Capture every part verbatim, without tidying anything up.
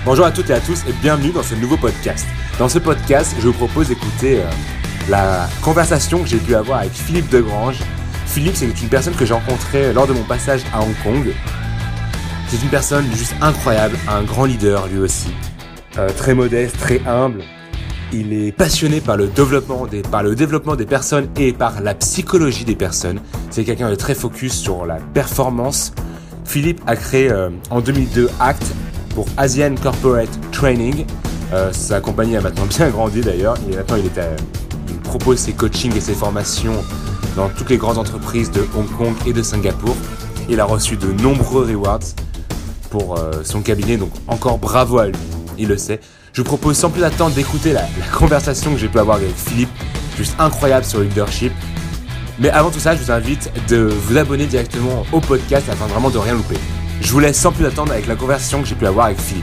Bonjour à toutes et à tous et bienvenue dans ce nouveau podcast. Dans ce podcast, je vous propose d'écouter euh, la conversation que j'ai pu avoir avec Philippe Degrange. Philippe, c'est une personne que j'ai rencontrée lors de mon passage à Hong Kong. C'est une personne juste incroyable, un grand leader lui aussi, euh, très modeste, très humble. Il est passionné par le développement des, par le développement des personnes et par la psychologie des personnes. C'est quelqu'un de très focus sur la performance. Philippe a créé euh, en deux mille deux ACT pour Asian Corporate Training. Euh, sa compagnie a maintenant bien grandi d'ailleurs. Et maintenant, il, est à, il propose ses coachings et ses formations dans toutes les grandes entreprises de Hong Kong et de Singapour. Il a reçu de nombreux rewards pour euh, son cabinet, donc encore bravo à lui, il le sait. Je vous propose sans plus attendre d'écouter la, la conversation que j'ai pu avoir avec Philippe, juste incroyable sur le leadership. Mais avant tout ça, je vous invite de vous abonner directement au podcast afin vraiment de rien louper. Je vous laisse sans plus attendre avec la conversation que j'ai pu avoir avec Philippe.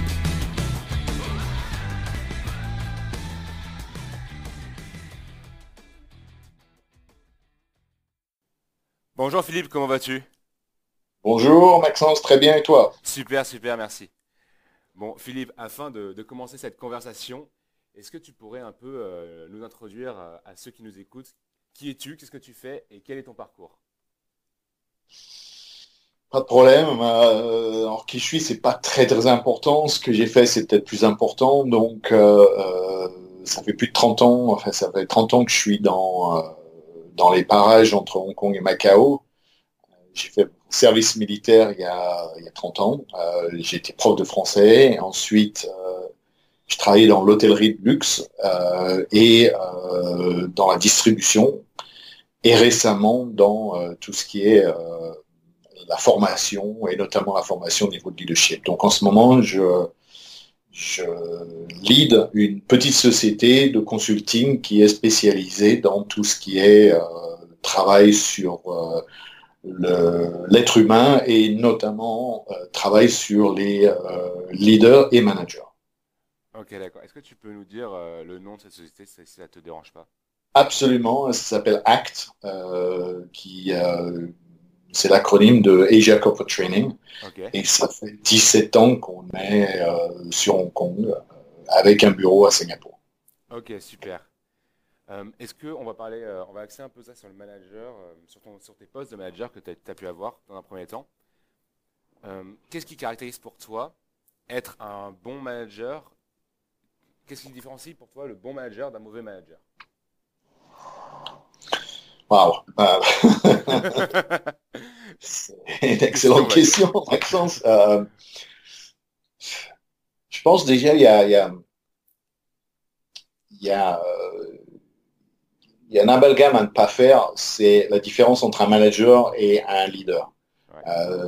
Bonjour Philippe, comment vas-tu ? Bonjour Maxence, très bien et toi? Super, super, merci. Bon Philippe, afin de, de commencer cette conversation, est-ce que tu pourrais un peu euh, nous introduire à, à ceux qui nous écoutent ? Qui es-tu ? Qu'est-ce que tu fais ? Et quel est ton parcours ? Pas de problème. Euh, alors qui je suis, c'est pas très très important. Ce que j'ai fait, c'est peut-être plus important. Donc euh, euh, ça fait plus de trente ans, enfin ça fait trente ans que je suis dans, euh, dans les parages entre Hong Kong et Macao. J'ai fait service militaire il y a, il y a trente ans. Euh, j'ai été prof de français. Ensuite, euh, je travaillais dans l'hôtellerie de luxe euh, et euh, dans la distribution. Et récemment dans euh, tout ce qui est euh, la formation et notamment la formation au niveau de leadership. Donc en ce moment, je, je lead une petite société de consulting qui est spécialisée dans tout ce qui est euh, travail sur euh, le, l'être humain et notamment euh, travail sur les euh, leaders et managers. Ok, d'accord. Est-ce que tu peux nous dire euh, le nom de cette société si ça ne te dérange pas ? Absolument, ça s'appelle ACT, euh, qui euh, c'est l'acronyme de Asia Corporate Training. Ok. Et ça fait dix-sept ans qu'on est euh, sur Hong Kong euh, avec un bureau à Singapour. Ok, super. Euh, est-ce qu'on va parler, euh, on va axer un peu ça sur le manager, euh, sur, ton, sur tes postes de manager que tu as pu avoir dans un premier temps. Euh, qu'est-ce qui caractérise pour toi être un bon manager? Qu'est-ce qui différencie pour toi le bon manager d'un mauvais manager? Waouh, euh, c'est une Question excellente vague. question, Maxence. Euh, je pense déjà il y a, il y a, il y a, euh, il y a un amalgame à ne pas faire, c'est la différence entre un manager et un leader. Ouais. Euh,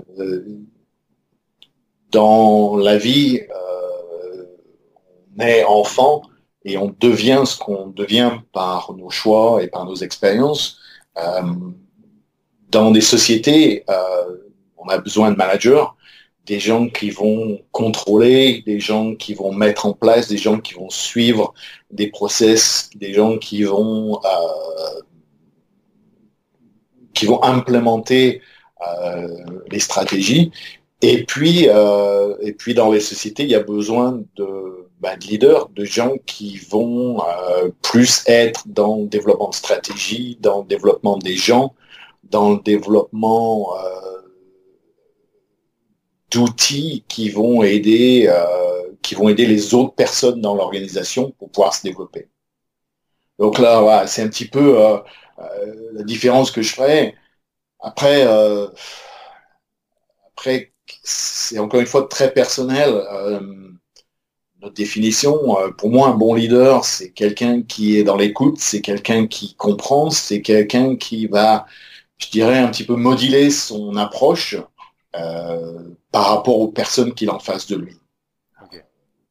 dans la vie, euh, on est enfant et on devient ce qu'on devient par nos choix et par nos expériences. Euh, dans des sociétés, euh, on a besoin de managers, des gens qui vont contrôler, des gens qui vont mettre en place, des gens qui vont suivre des process, des gens qui vont euh, qui vont implémenter euh, les stratégies. Et puis, euh, et puis dans les sociétés, il y a besoin de, bah, de leaders, de gens qui vont euh, plus être dans le développement de stratégie, dans le développement des gens, dans le développement euh, d'outils qui vont aider, euh, qui vont aider les autres personnes dans l'organisation pour pouvoir se développer. Donc là, voilà, c'est un petit peu euh, euh, la différence que je ferais. Après, euh, après, c'est encore une fois très personnel. Euh, notre définition, euh, pour moi, un bon leader, c'est quelqu'un qui est dans l'écoute, c'est quelqu'un qui comprend, c'est quelqu'un qui va, je dirais, un petit peu moduler son approche euh, par rapport aux personnes qu'il a en face de lui. Ok.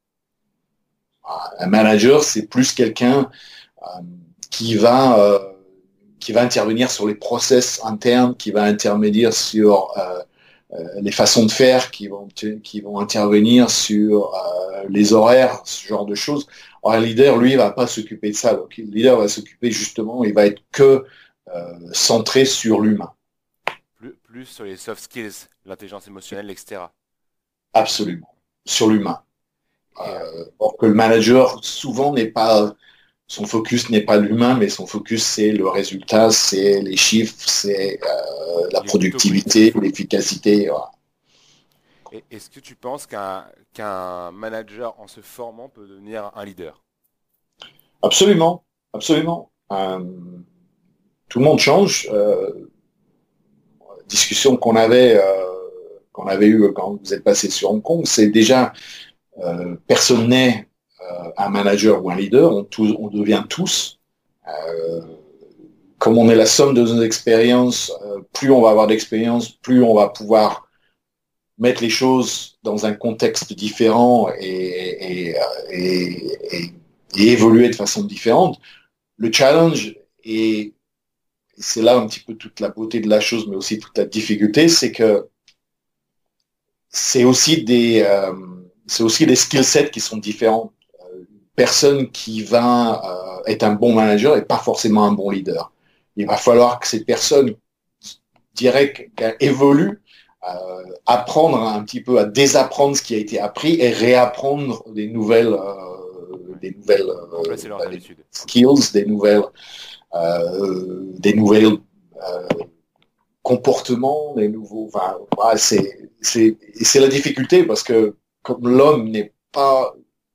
Un manager, c'est plus quelqu'un euh, qui va euh, qui va intervenir sur les process internes, qui va intervenir sur euh, euh, les façons de faire, qui vont qui vont intervenir sur euh, les horaires, ce genre de choses. Alors, un leader, lui, il va pas s'occuper de ça. Donc, le leader va s'occuper justement, il va être que euh, centré sur l'humain. Plus, plus sur les soft skills, l'intelligence émotionnelle, et cetera. Absolument. Sur l'humain. Euh, or que le manager, souvent, n'est pas, son focus n'est pas l'humain, mais son focus, c'est le résultat, c'est les chiffres, c'est euh, la productivité, l'efficacité. Voilà. Et est-ce que tu penses qu'un qu'un manager, en se formant, peut devenir un leader? Absolument, absolument. Euh, tout le monde change. Euh, discussion qu'on avait, euh, qu'on avait eue quand vous êtes passé sur Hong Kong, c'est déjà euh, personne n'est euh, un manager ou un leader, on, tous, on devient tous. Euh, comme on est la somme de nos expériences, euh, plus on va avoir d'expérience, plus on va pouvoir mettre les choses dans un contexte différent et, et, et, et, et évoluer de façon différente. Le challenge, et c'est là un petit peu toute la beauté de la chose, mais aussi toute la difficulté, c'est que c'est aussi des, euh, c'est aussi des skill sets qui sont différents. Euh, personne qui va euh, être un bon manager n'est pas forcément un bon leader. Il va falloir que ces personnes, dirais, évoluent, euh, apprendre un petit peu à désapprendre ce qui a été appris et réapprendre des nouvelles, euh, des nouvelles euh, des skills, des nouvelles, euh, des nouvelles euh, comportements, des nouveaux. Enfin, ouais, c'est c'est c'est la difficulté parce que comme l'homme n'est pas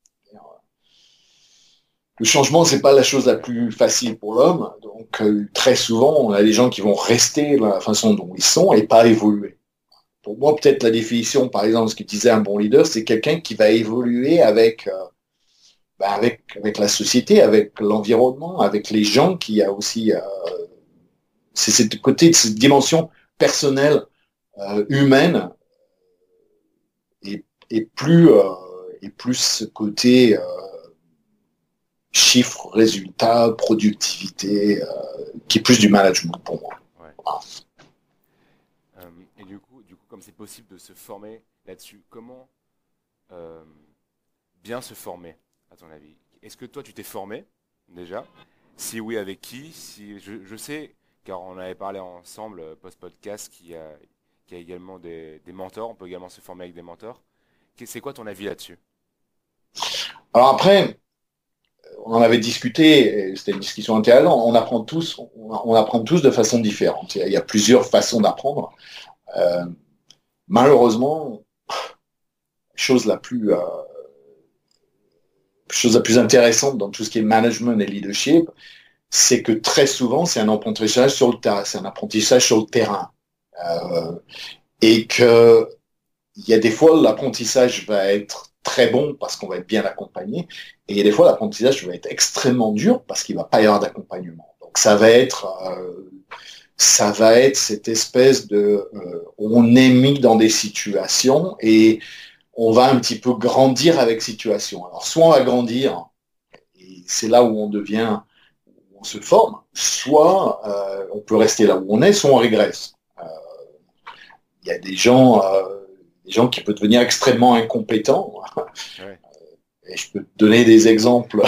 le changement, c'est pas la chose la plus facile pour l'homme. Donc euh, très souvent, on a des gens qui vont rester de la façon dont ils sont et pas évoluer. Pour moi, peut-être la définition, par exemple, ce que disait un bon leader, c'est quelqu'un qui va évoluer avec, euh, ben avec, avec la société, avec l'environnement, avec les gens, qui a aussi, euh, c'est cette côté, cette dimension personnelle, euh, humaine, et, et plus, euh, et plus ce côté euh, chiffres, résultats, productivité, euh, qui est plus du management pour moi. Ouais. Voilà. Euh, et du coup, du coup, comme c'est possible de se former là-dessus, comment euh, bien se former, à ton avis? Est-ce que toi, tu t'es formé déjà? Si oui, avec qui? Si je, je sais, car on avait parlé ensemble euh, post-podcast, qu'il y a, qu'il y a également des, des mentors. On peut également se former avec des mentors. Qu'est- C'est quoi ton avis là-dessus? Alors après, on en avait discuté, et c'était une discussion intéressante, on apprend tous, on, on apprend tous de façon différente. Il y a, il y a plusieurs façons d'apprendre. Euh, malheureusement, chose la plus, euh, chose la plus intéressante dans tout ce qui est management et leadership, c'est que très souvent, c'est un apprentissage sur le terrain, c'est un apprentissage sur le terrain. Euh, et que il y a des fois, l'apprentissage va être très bon parce qu'on va être bien accompagné, et il y a des fois, l'apprentissage va être extrêmement dur parce qu'il va pas y avoir d'accompagnement. Donc ça va être, euh, ça va être cette espèce de, euh, on est mis dans des situations et on va un petit peu grandir avec situation. Alors soit on va grandir, et c'est là où on devient, où on se forme, soit euh, on peut rester là où on est, soit on régresse. Euh, Il y a des gens, euh, des gens qui peuvent devenir extrêmement incompétents. Ouais. Et je peux te donner des exemples.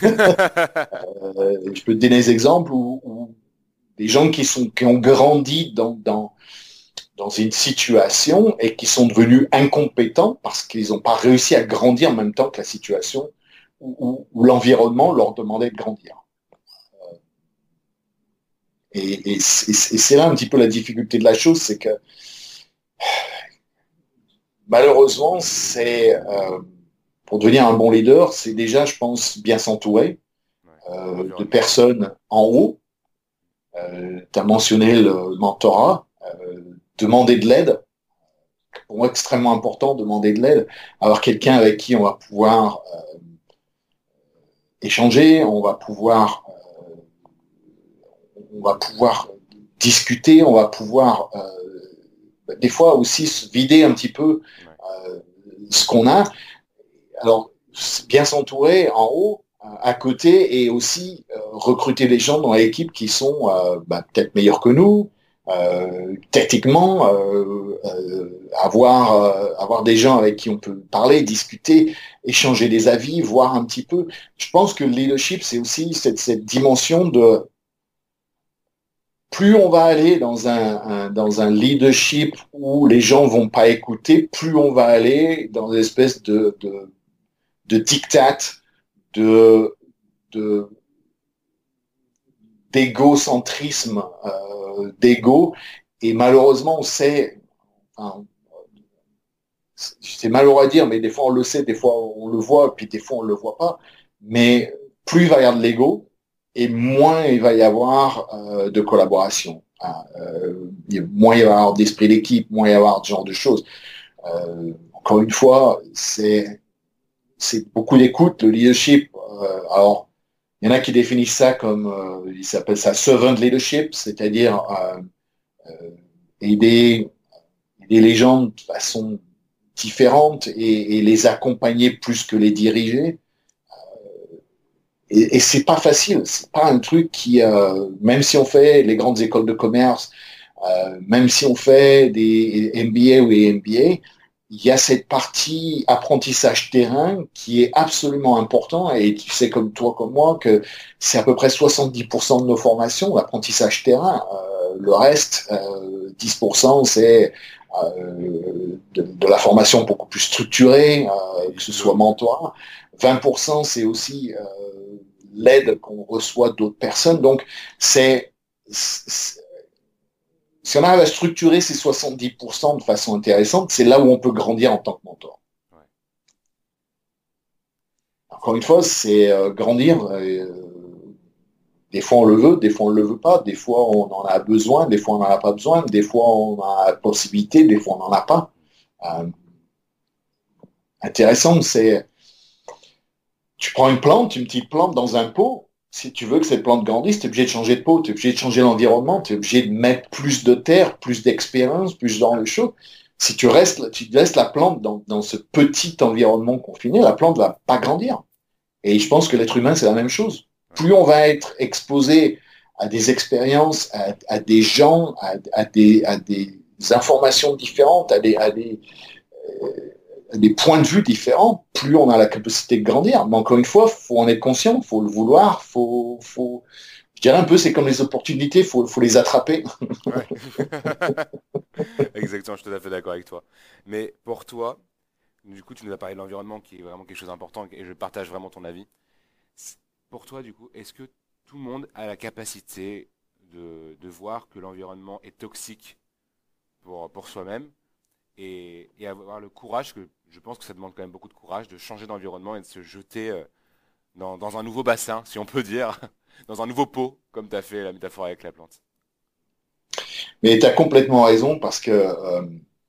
euh, je peux te donner des exemples où, où des gens qui sont qui ont grandi dans, dans dans une situation et qui sont devenus incompétents parce qu'ils n'ont pas réussi à grandir en même temps que la situation où, où, où l'environnement leur demandait de grandir. Et, et, et c'est là un petit peu la difficulté de la chose, c'est que malheureusement, c'est euh, pour devenir un bon leader, c'est déjà, je pense, bien s'entourer euh, de personnes en haut. Euh, tu as mentionné le mentorat, euh, demander de l'aide. Pour moi, extrêmement important, demander de l'aide. Avoir quelqu'un avec qui on va pouvoir euh, échanger, on va pouvoir, euh, on va pouvoir discuter, on va pouvoir euh, des fois aussi se vider un petit peu euh, ce qu'on a. Alors, bien s'entourer en haut, à côté, et aussi euh, recruter des gens dans l'équipe qui sont euh, bah, peut-être meilleurs que nous, euh, techniquement, euh, euh, avoir, euh, avoir des gens avec qui on peut parler, discuter, échanger des avis, voir un petit peu. Je pense que le leadership, c'est aussi cette, cette dimension de plus on va aller dans un, un, dans un leadership où les gens vont pas écouter, plus on va aller dans une espèce de, de de diktat, de, de d'égocentrisme, euh, d'ego. Et malheureusement, on sait, enfin, c'est malheureux à dire, mais des fois on le sait, des fois on le voit, puis des fois on le voit pas. Mais plus il va y avoir de l'ego, et moins il va y avoir euh, de collaboration. Hein. Euh, moins il va y avoir d'esprit d'équipe, moins il va y avoir ce genre de choses. Euh, encore une fois, c'est c'est beaucoup d'écoute, le leadership. Euh, alors, il y en a qui définissent ça comme, euh, ils s'appellent ça servant leadership, c'est-à-dire euh, euh, aider, aider les gens de façon différente et, et les accompagner plus que les diriger. Et, et c'est pas facile, c'est pas un truc qui, euh, même si on fait les grandes écoles de commerce, euh, même si on fait des M B A ou des M B A, il y a cette partie apprentissage terrain qui est absolument important. Et tu sais comme toi, comme moi, que c'est à peu près soixante-dix pour cent de nos formations, l'apprentissage terrain. Euh, le reste, euh, dix pour cent, c'est euh, de, de la formation beaucoup plus structurée, euh, que ce soit mentor. vingt pour cent, c'est aussi euh, l'aide qu'on reçoit d'autres personnes. Donc, c'est, c'est si on arrive à structurer ces soixante-dix pour cent de façon intéressante, c'est là où on peut grandir en tant que mentor. Ouais. Encore une fois, c'est euh, grandir. Euh, des fois on le veut, des fois on ne le veut pas, des fois on en a besoin, des fois on n'en a pas besoin, des fois on a la possibilité, des fois on n'en a pas. Euh, intéressant, c'est tu prends une plante, une petite plante dans un pot. Si tu veux que cette plante grandisse, tu es obligé de changer de pot, tu es obligé de changer l'environnement, tu es obligé de mettre plus de terre, plus d'expérience, plus dans le chaud. Si tu restes, tu laisses la plante dans, dans ce petit environnement confiné, la plante va pas grandir. Et je pense que l'être humain, c'est la même chose. Plus on va être exposé à des expériences, à, à des gens, à, à, des, à des informations différentes, à des, à des euh, des points de vue différents, plus on a la capacité de grandir. Mais encore une fois, faut en être conscient, faut le vouloir, faut, faut, je dirais un peu, c'est comme les opportunités, faut, faut les attraper. Ouais. Exactement, je suis tout à fait d'accord avec toi. Mais pour toi, du coup, tu nous as parlé de l'environnement qui est vraiment quelque chose d'important et je partage vraiment ton avis. Pour toi, du coup, est-ce que tout le monde a la capacité de, de voir que l'environnement est toxique pour, pour soi-même et, et avoir le courage, que je pense que ça demande quand même beaucoup de courage, de changer d'environnement et de se jeter euh, dans, dans un nouveau bassin, si on peut dire, dans un nouveau pot, comme tu as fait la métaphore avec la plante. Mais tu as complètement raison parce que euh,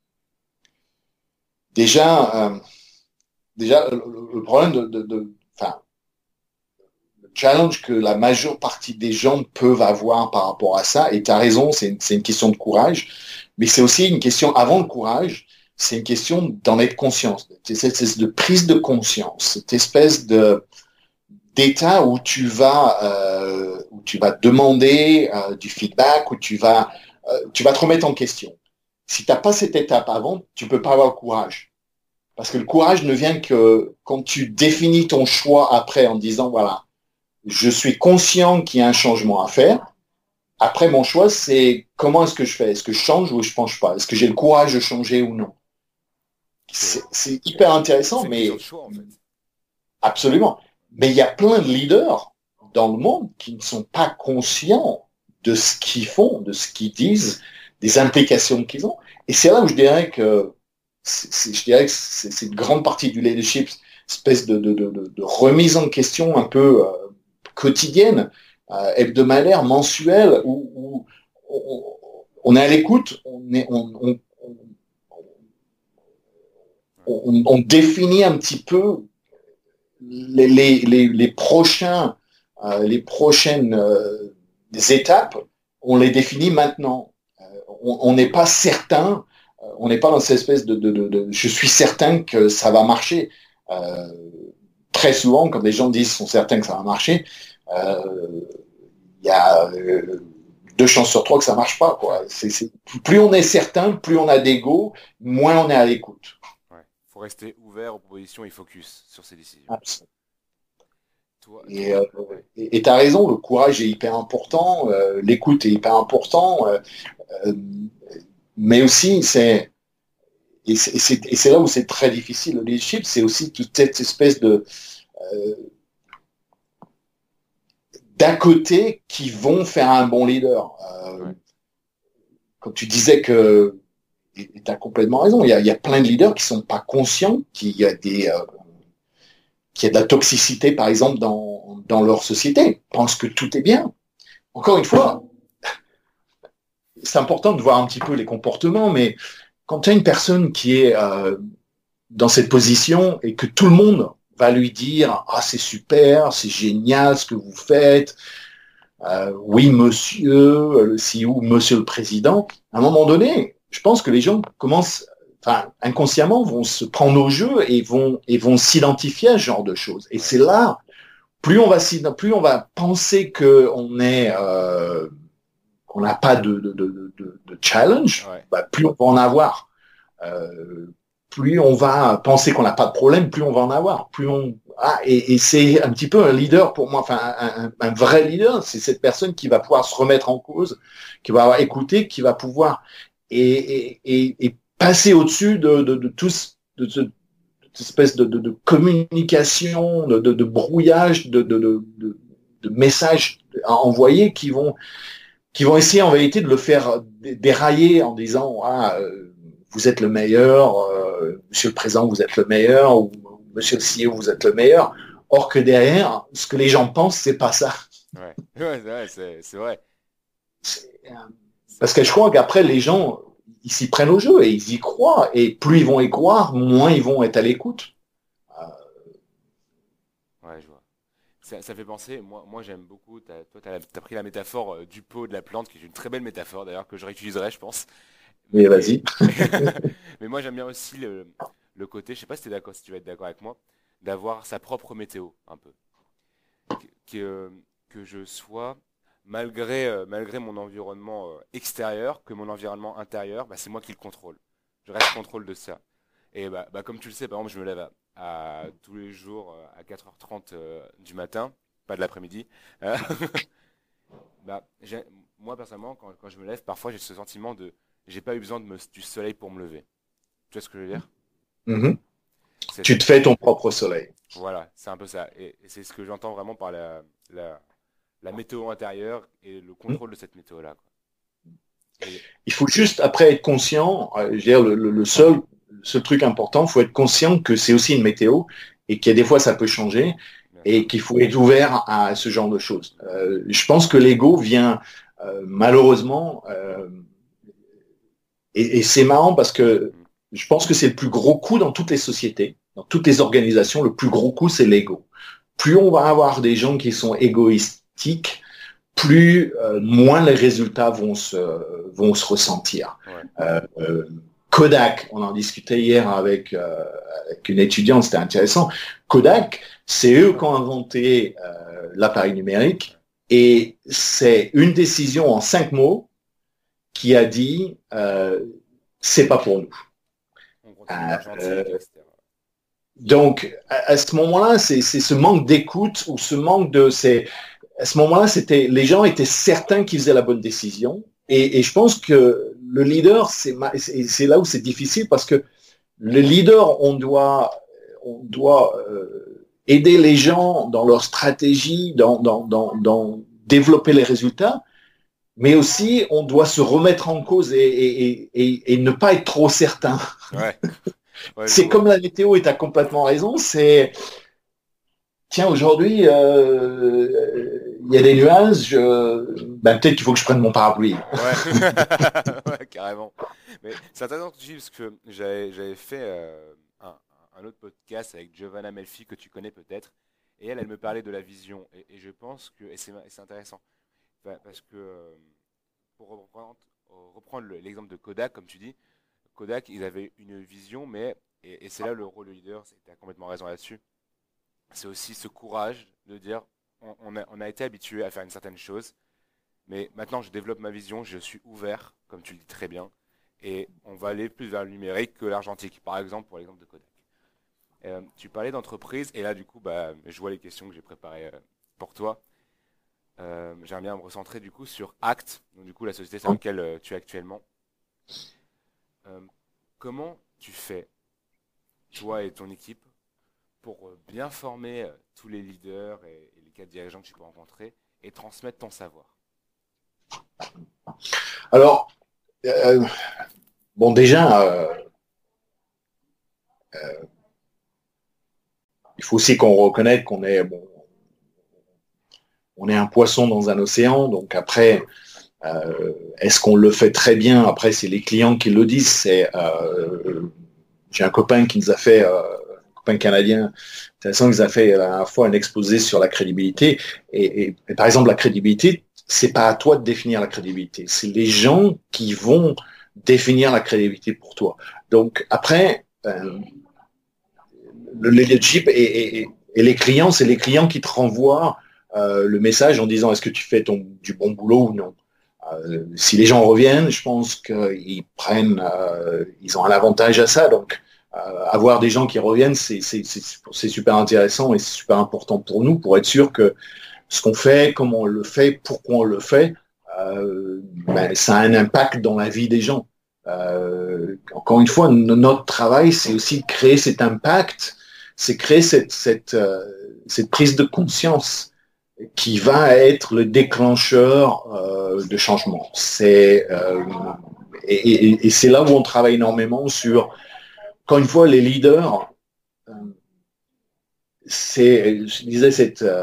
déjà, euh, déjà le, le problème de, de, de enfin, le challenge que la majeure partie des gens peuvent avoir par rapport à ça, et tu as raison, c'est une, c'est une question de courage, mais c'est aussi une question, avant le courage, c'est une question d'en être conscience, cette espèce de prise de conscience, cette espèce de d'état où tu vas euh, où tu vas demander euh, du feedback, où tu vas euh, tu vas te remettre en question. Si tu n'as pas cette étape avant, tu peux pas avoir le courage. Parce que le courage ne vient que quand tu définis ton choix après en disant voilà, je suis conscient qu'il y a un changement à faire. Après mon choix, c'est comment est-ce que je fais? Est-ce que je change ou je ne change pas? Est-ce que j'ai le courage de changer ou non? C'est, c'est hyper intéressant, c'est mais de choix, en fait. Absolument. Mais il y a plein de leaders dans le monde qui ne sont pas conscients de ce qu'ils font, de ce qu'ils disent, des implications qu'ils ont. Et c'est là où je dirais que c'est, c'est, je dirais que c'est, c'est une grande partie du leadership, espèce de, de, de, de remise en question un peu euh, quotidienne, euh, hebdomadaire, mensuelle, où, où on, on est à l'écoute, on, est, on, on, on, on définit un petit peu les, les, les, les prochains, euh, les prochaines euh, étapes, on les définit maintenant. Euh, on n'est pas certain, euh, on n'est pas dans cette espèce de, de, de, de, je suis certain que ça va marcher. Euh, très souvent, quand les gens disent sont certains que ça va marcher, il euh, y a euh, deux chances sur trois que ça marche pas, quoi. C'est, c'est, plus on est certain, plus on a d'ego, moins on est à l'écoute. Il faut rester ouvert aux propositions et focus sur ces décisions. Absolument. Toi, Et euh, tu as raison, le courage est hyper important, euh, l'écoute est hyper important, euh, euh, mais aussi c'est et c'est, et c'est là où c'est très difficile. Le leadership, c'est aussi toute cette espèce de euh, d'à côté qui vont faire un bon leader. Euh, Ouais. Quand tu disais que, et tu as complètement raison, il y a, il y a plein de leaders qui sont pas conscients qu'il y a des, euh, qu'il y a de la toxicité, par exemple, dans, dans leur société, pensent que tout est bien. Encore une fois, c'est important de voir un petit peu les comportements, mais quand tu as une personne qui est euh, dans cette position et que tout le monde va lui dire ah c'est super, c'est génial ce que vous faites, euh, oui monsieur le C E O, monsieur le président, à un moment donné, je pense que les gens commencent, enfin inconsciemment, vont se prendre au jeu et vont et vont s'identifier à ce genre de choses. Et Ouais. c'est là, plus on va plus on va penser que on est euh, qu'on n'a pas de, de, de, de, de challenge, Ouais. bah, plus on va en avoir. Euh, plus on va penser qu'on n'a pas de problème, plus on va en avoir. Plus on ah, et, et c'est un petit peu un leader pour moi, enfin un, un, un vrai leader, c'est cette personne qui va pouvoir se remettre en cause, qui va avoir écouté, qui va pouvoir et, et, et, et passer au-dessus de, de, de tout de ce cette espèce de, de, de communication, de, de, de brouillage, de, de, de, de, de messages envoyés qui vont qui vont essayer en vérité de le faire dérailler en disant ah euh, vous êtes le meilleur, euh, monsieur le président vous êtes le meilleur ou monsieur le C E O vous êtes le meilleur. Or que derrière, ce que les gens pensent, c'est pas ça. Ouais. Ouais, ouais, c'est c'est vrai. C'est, euh, C'est Parce que c'est je crois qu'après les gens ils s'y prennent au jeu et ils y croient et plus ils vont y croire, moins ils vont être à l'écoute. ouais, je vois. Ça, ça fait penser, moi, moi j'aime beaucoup, t'as- toi tu as pris la métaphore euh, du pot de la plante, qui est une très belle métaphore d'ailleurs, que je réutiliserai, je pense. Mais Mais, vas-y. mais moi j'aime bien aussi le, le côté, je sais pas si, t'es d'accord, si tu vas être d'accord avec moi, d'avoir sa propre météo, un peu. Que, que, que je sois, malgré, euh, malgré mon environnement euh, extérieur, que mon environnement intérieur, bah, c'est moi qui le contrôle. Je reste contrôle de ça. Et bah, bah, comme tu le sais, par exemple, je me lève à, à tous les jours euh, à quatre heures trente euh, du matin, pas de l'après-midi. Euh, bah, j'ai- moi, personnellement, quand, quand je me lève, parfois j'ai ce sentiment de j'ai pas eu besoin de me- du soleil pour me lever. Tu vois ce que je veux dire? Mm-hmm. C'est Tu cette- te fais ton propre soleil. Voilà, c'est un peu ça. Et, et c'est ce que j'entends vraiment par la, la, la météo intérieure et le Mm. contrôle de cette météo-là, quoi. Et Il faut juste après être conscient, euh, je veux dire, le, le- le seul, le seul truc important, il faut être conscient que c'est aussi une météo et qu'il y a des fois ça peut changer bien sûr. et qu'il faut être ouvert à ce genre de choses. Euh, je pense que l'ego vient euh, malheureusement, euh, et, et c'est marrant parce que Mm. je pense que c'est le plus gros coup dans toutes les sociétés, dans toutes les organisations, le plus gros coup c'est l'ego. Plus on va avoir des gens qui sont égoïstiques, plus euh, moins les résultats vont se, vont se ressentir. Ouais, Euh, euh, Kodak, on en discutait hier avec, euh, avec une étudiante, c'était intéressant. Kodak, c'est eux qui ont inventé euh, l'appareil ouais. numérique et c'est une décision en cinq mots qui a dit euh, c'est pas pour nous. On continue Euh, l'argentique, et cetera. donc à, à ce moment-là, c'est ce manque d'écoute ou ce manque de c'est à ce moment-là, c'était les gens étaient certains qu'ils faisaient la bonne décision. Et, et je pense que le leader, c'est c'est là où c'est difficile parce que le leader, on doit, on doit euh, aider les gens dans leur stratégie, dans, dans, dans, dans développer les résultats, mais aussi on doit se remettre en cause et, et, et, et ne pas être trop certain. Ouais, ouais, je C'est vois. comme la météo, et tu as complètement raison, c'est tiens, aujourd'hui, euh, il y a des nuages, euh, ben, peut-être qu'il faut que je prenne mon parapluie. Ouais, ouais, carrément. Mais c'est intéressant que tu dis parce que j'avais j'avais fait euh, un, un autre podcast avec Giovanna Melfi que tu connais peut-être, et elle, elle me parlait de la vision, et, et je pense que, et c'est et c'est intéressant, Pa- parce que euh, pour reprendre, reprendre le- l'exemple de Kodak, comme tu dis, Kodak, ils avaient une vision, mais, et, et c'est là le rôle de leader, tu as complètement raison là-dessus, c'est aussi ce courage de dire, on, on a, on a été habitué à faire une certaine chose, mais maintenant, je développe ma vision, je suis ouvert, comme tu le dis très bien, et on va aller plus vers le numérique que l'argentique, par exemple, pour l'exemple de Kodak. Euh, tu parlais d'entreprise, et là, du coup, bah, je vois les questions que j'ai préparées euh, pour toi. Euh, J'aimerais bien me recentrer, du coup, sur Act, donc, du coup, la société sur laquelle euh, tu es actuellement. Euh, comment tu fais, toi et ton équipe, pour bien former euh, tous les leaders et, et les cadres dirigeants que tu peux rencontrer et transmettre ton savoir? Alors, euh, bon, déjà, euh, euh, il faut aussi qu'on reconnaisse qu'on est, bon, on est un poisson dans un océan. Donc après, euh, est-ce qu'on le fait très bien? Après, c'est les clients qui le disent. C'est, euh, j'ai un copain qui nous a fait, euh, un copain canadien, intéressant, qui nous a fait à la fois un exposé sur la crédibilité. Et, et, et par exemple, la crédibilité, c'est pas à toi de définir la crédibilité. C'est les gens qui vont définir la crédibilité pour toi. Donc après, euh, le leadership et, et, et les clients, c'est les clients qui te renvoient euh, le message en disant est-ce que tu fais ton, du bon boulot ou non. Euh, si les gens reviennent, je pense qu'ils prennent, euh, ils ont un avantage à ça. Donc, euh, avoir des gens qui reviennent, c'est, c'est, c'est, c'est super intéressant et c'est super important pour nous pour être sûr que ce qu'on fait, comment on le fait, pourquoi on le fait, euh, ben, ça a un impact dans la vie des gens. Euh, encore une fois, notre travail, c'est aussi de créer cet impact, c'est créer cette, cette, euh, cette prise de conscience qui va être le déclencheur euh, de changement. C'est, euh, et, et, et c'est là où on travaille énormément sur, encore une fois, les leaders. Euh, c'est, je disais, cette, euh,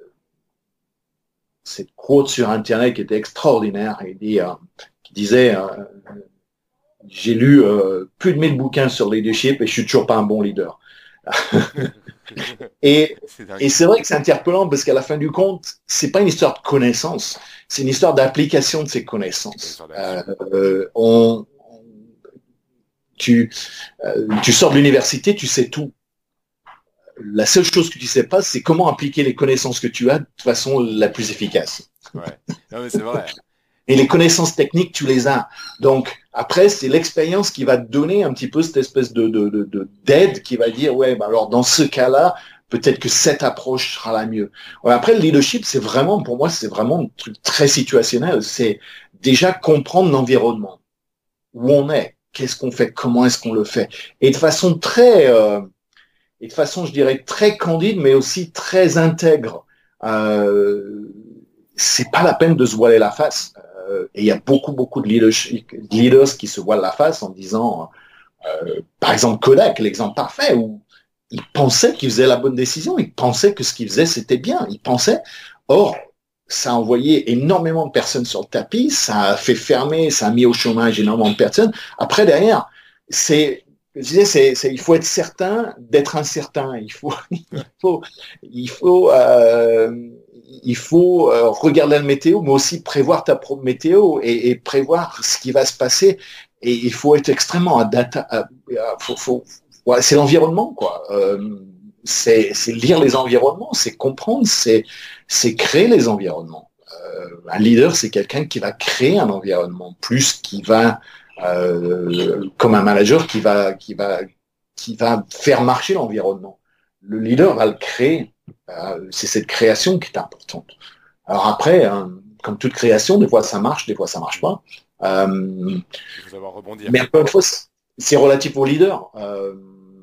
cette quote sur Internet qui était extraordinaire, il dit, euh, qui disait euh, j'ai lu euh, plus de mille bouquins sur leadership et je suis toujours pas un bon leader. et, c'est et c'est vrai que c'est interpellant parce qu'à la fin du compte, c'est pas une histoire de connaissance, c'est une histoire d'application de ces connaissances. Euh, euh, on, on, tu, euh, tu sors de l'université, tu sais tout. La seule chose que tu sais pas, c'est comment appliquer les connaissances que tu as de façon la plus efficace. Ouais, non mais c'est vrai. Et les connaissances techniques, tu les as. Donc, après, c'est l'expérience qui va te donner un petit peu cette espèce de, de, de, de d'aide qui va dire, ouais, bah alors dans ce cas-là, peut-être que cette approche sera la mieux. Ouais, après, le leadership, c'est vraiment, pour moi, c'est vraiment un truc très situationnel. C'est déjà comprendre l'environnement, où on est, qu'est-ce qu'on fait, comment est-ce qu'on le fait. Et de façon très, euh, et de façon, je dirais, très candide, mais aussi très intègre. Euh, c'est pas la peine de se voiler la face. Et il y a beaucoup, beaucoup de leaders, leaders qui se voilent la face en disant, euh, par exemple, Kodak, l'exemple parfait, où ils pensaient qu'ils faisaient la bonne décision, ils pensaient que ce qu'ils faisaient, c'était bien, ils pensaient. Or, ça a envoyé énormément de personnes sur le tapis, ça a fait fermer, ça a mis au chômage énormément de personnes. Après, derrière, c'est, je disais, c'est, c'est, il faut être certain d'être incertain. Il faut, il faut, il faut, euh, il faut euh, regarder la météo, mais aussi prévoir ta propre météo et, et prévoir ce qui va se passer. Et il faut être extrêmement à data. À, à, faut, faut, ouais, c'est l'environnement, quoi. Euh, c'est, c'est lire les environnements, c'est comprendre, c'est, c'est créer les environnements. Euh, un leader, c'est quelqu'un qui va créer un environnement, plus qui va, euh, comme un manager, qui va, qui va, qui va faire marcher l'environnement. Le leader va le créer. Euh, c'est cette création qui est importante. Alors après, hein, comme toute création, des fois ça marche, des fois ça marche pas. Euh, Il faut savoir rebondir. Mais encore une fois, c'est relatif au leader. Euh,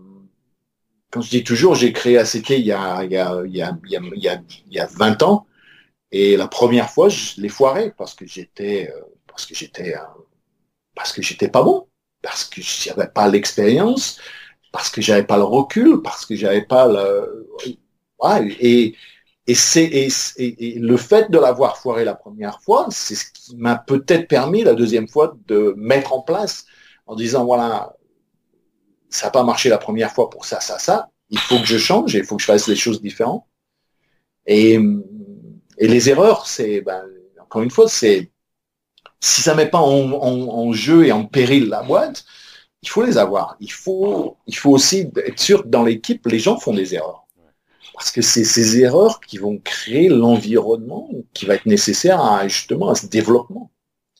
quand je dis toujours, j'ai créé A C T il y a, il y a, il y a, il y a, il y a, il y a vingt ans, et la première fois, je l'ai foiré parce que j'étais, euh, parce que j'étais, euh, parce que j'étais pas bon, parce que j'avais pas l'expérience, parce que j'avais pas le recul, parce que j'avais pas le, ouais, et et c'est et, et, et le fait de l'avoir foiré la première fois, c'est ce qui m'a peut-être permis la deuxième fois de mettre en place en disant voilà, ça n'a pas marché la première fois pour ça, ça, ça. Il faut que je change, il faut que je fasse les choses différentes. Et, et les erreurs, c'est ben, encore une fois, c'est si ça met pas en, en, en jeu et en péril la boîte, il faut les avoir. Il faut, il faut aussi être sûr que dans l'équipe, les gens font des erreurs. Parce que c'est ces erreurs qui vont créer l'environnement qui va être nécessaire à, justement à ce développement.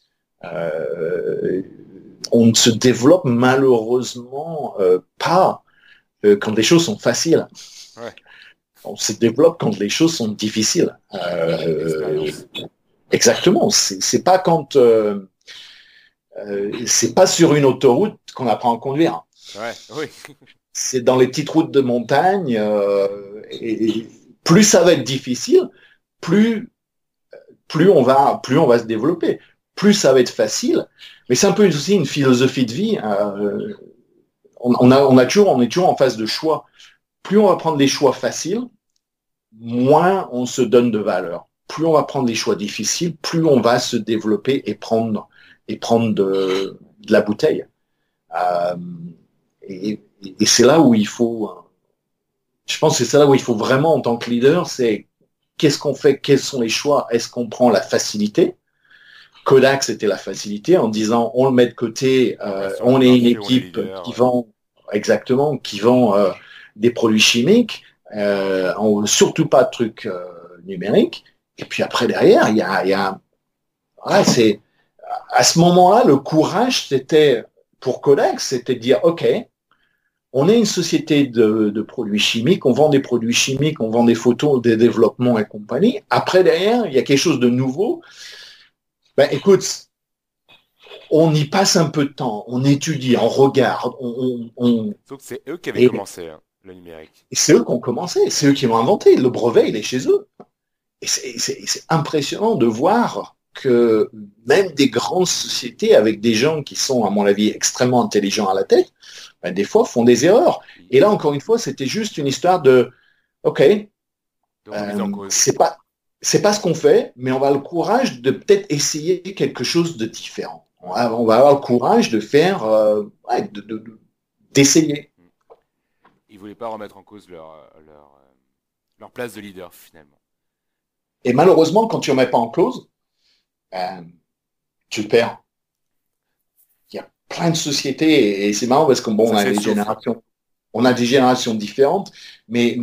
Euh, on ne se développe malheureusement euh, pas euh, quand les choses sont faciles. Ouais. On se développe quand les choses sont difficiles. Euh, exactement. C'est, c'est pas quand... Euh, euh, c'est pas sur une autoroute qu'on apprend à conduire. Ouais, oui. C'est dans les petites routes de montagne. Euh, et, et plus ça va être difficile, plus plus on va plus on va se développer. Plus ça va être facile. Mais c'est un peu aussi une philosophie de vie. Euh, on, on a on a toujours on est toujours en phase de choix. Plus on va prendre des choix faciles, moins on se donne de valeur. Plus on va prendre des choix difficiles, plus on va se développer et prendre et prendre de, de la bouteille. Euh, et, et c'est là où il faut, je pense que c'est là où il faut vraiment en tant que leader, c'est qu'est-ce qu'on fait, quels sont les choix, est-ce qu'on prend la facilité? Kodak, c'était la facilité en disant on le met de côté, euh, on est une équipe qui vend exactement, qui vend euh, des produits chimiques, euh, on veut surtout pas de trucs euh, numériques. Et puis après derrière, il y a, il y a ouais, c'est à ce moment-là le courage, c'était pour Kodak, c'était de dire ok, on est une société de, de produits chimiques, on vend des produits chimiques, on vend des photos, des développements et compagnie. Après derrière, il y a quelque chose de nouveau. Ben écoute, on y passe un peu de temps, on étudie, on regarde, on... on, on... Sauf que c'est eux qui avaient et, commencé, hein, le numérique. Et c'est eux qui ont commencé, c'est eux qui l'ont inventé, le brevet, il est chez eux. Et c'est, c'est, c'est impressionnant de voir que même des grandes sociétés avec des gens qui sont, à mon avis, extrêmement intelligents à la tête, ben, des fois font des erreurs. Et là, encore une fois, c'était juste une histoire de, OK, euh, c'est pas... c'est pas ce qu'on fait, mais on va avoir le courage de peut-être essayer quelque chose de différent. On va, on va avoir le courage de faire, euh, ouais, de, de, de, d'essayer. Ils voulaient pas remettre en cause leur, leur, leur place de leader, finalement. Et malheureusement, quand tu ne remets pas en cause, euh, tu le perds. Il y a plein de sociétés, et c'est marrant parce qu'on bon, on a des générations, on a des générations différentes, mais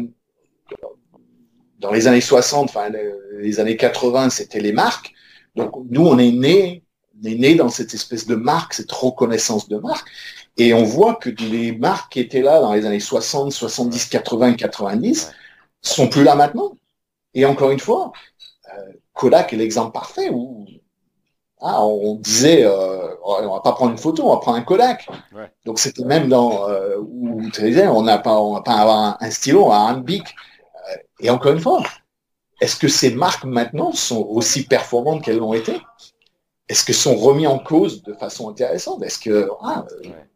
dans les années soixante, enfin les années quatre-vingts, c'était les marques. Donc nous, on est nés, on est nés dans cette espèce de marque, cette reconnaissance de marque. Et on voit que les marques qui étaient là dans les années soixante, soixante-dix, quatre-vingts, quatre-vingt-dix sont plus là maintenant. Et encore une fois, euh, Kodak est l'exemple parfait où ah, on disait euh, on va pas prendre une photo, on va prendre un Kodak. Ouais. Donc c'était même dans euh, où tu disais on n'a pas on va pas avoir un, un stylo, un bic. Et encore une fois, est-ce que ces marques maintenant sont aussi performantes qu'elles l'ont été? Est-ce qu'elles sont remises en cause de façon intéressante? Est-ce que ah,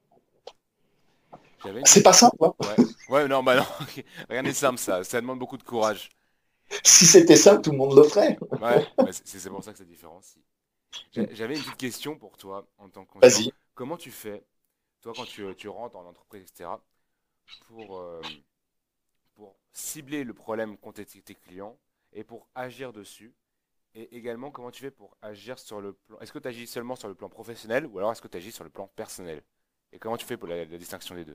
ouais. une... c'est pas simple. Hein, ouais. ouais, non, bah non, rien n'est simple ça. Ça demande beaucoup de courage. Si c'était simple, tout le monde le ferait. Ouais, bah c'est, c'est pour ça que ça différencie. J'avais une petite question pour toi en tant que consultant. Vas-y. Comment tu fais, toi, quand tu, tu rentres en entreprise, et cetera, pour euh, pour cibler le problème qu'ont tes clients et pour agir dessus? Et également, comment tu fais pour agir sur le plan... Est-ce que tu agis seulement sur le plan professionnel ou alors est-ce que tu agis sur le plan personnel? Et comment tu fais pour la, la distinction des deux?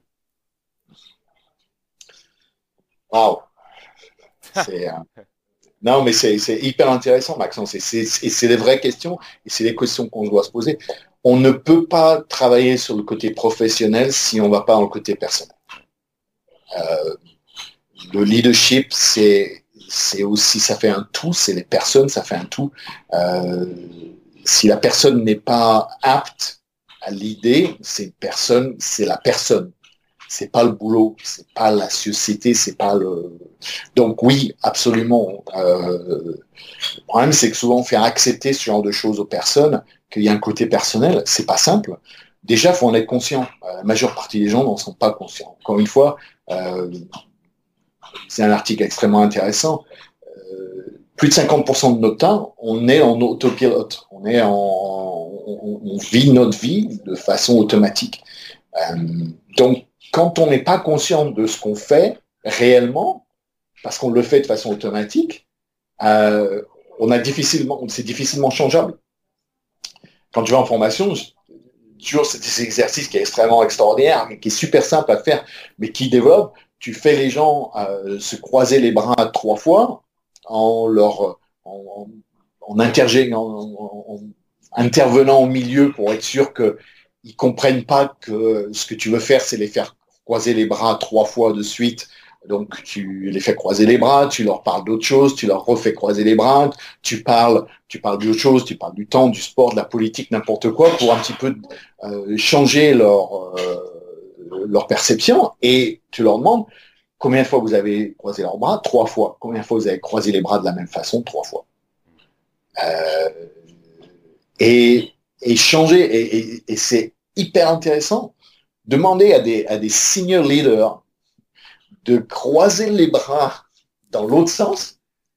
Waouh. C'est, euh... Non, mais c'est, c'est hyper intéressant, Maxence. Et c'est, c'est, c'est des vraies questions et c'est des questions qu'on doit se poser. On ne peut pas travailler sur le côté professionnel si on ne va pas dans le côté personnel. Euh... Le leadership, c'est, c'est aussi, ça fait un tout, c'est les personnes, ça fait un tout. Euh, si la personne n'est pas apte à l'idée, c'est une personne, c'est la personne. C'est pas le boulot, c'est pas la société, c'est pas le... Donc oui, absolument. Euh, le problème, c'est que souvent, faire accepter ce genre de choses aux personnes, qu'il y a un côté personnel, c'est pas simple. Déjà, il faut en être conscient. La majeure partie des gens n'en sont pas conscients. Encore une fois, euh, c'est un article extrêmement intéressant. Euh, plus de cinquante pour cent de notre temps, on est en autopilote. On est en, on, on vit notre vie de façon automatique. Euh, donc, quand on n'est pas conscient de ce qu'on fait réellement, parce qu'on le fait de façon automatique, euh, on a difficilement, c'est difficilement changeable. Quand tu vas en formation, toujours c'est des exercices qui est extrêmement extraordinaire, qui est super simple à faire, mais qui développe. Tu fais les gens euh, se croiser les bras trois fois en leur en, en, en, en, en intervenant au milieu pour être sûr qu'ils comprennent pas que ce que tu veux faire, c'est les faire croiser les bras trois fois de suite Donc, tu les fais croiser les bras, tu leur parles d'autre chose, tu leur refais croiser les bras, tu parles, tu parles d'autre chose, tu parles du temps, du sport, de la politique, n'importe quoi, pour un petit peu euh, changer leur, euh, leur perception. Et tu leur demandes combien de fois vous avez croisé leurs bras? Trois fois. Combien de fois vous avez croisé les bras de la même façon? Trois fois. Euh, et, et changer, et, et, et c'est hyper intéressant. Demander à des, à des senior leaders de croiser les bras dans l'autre sens,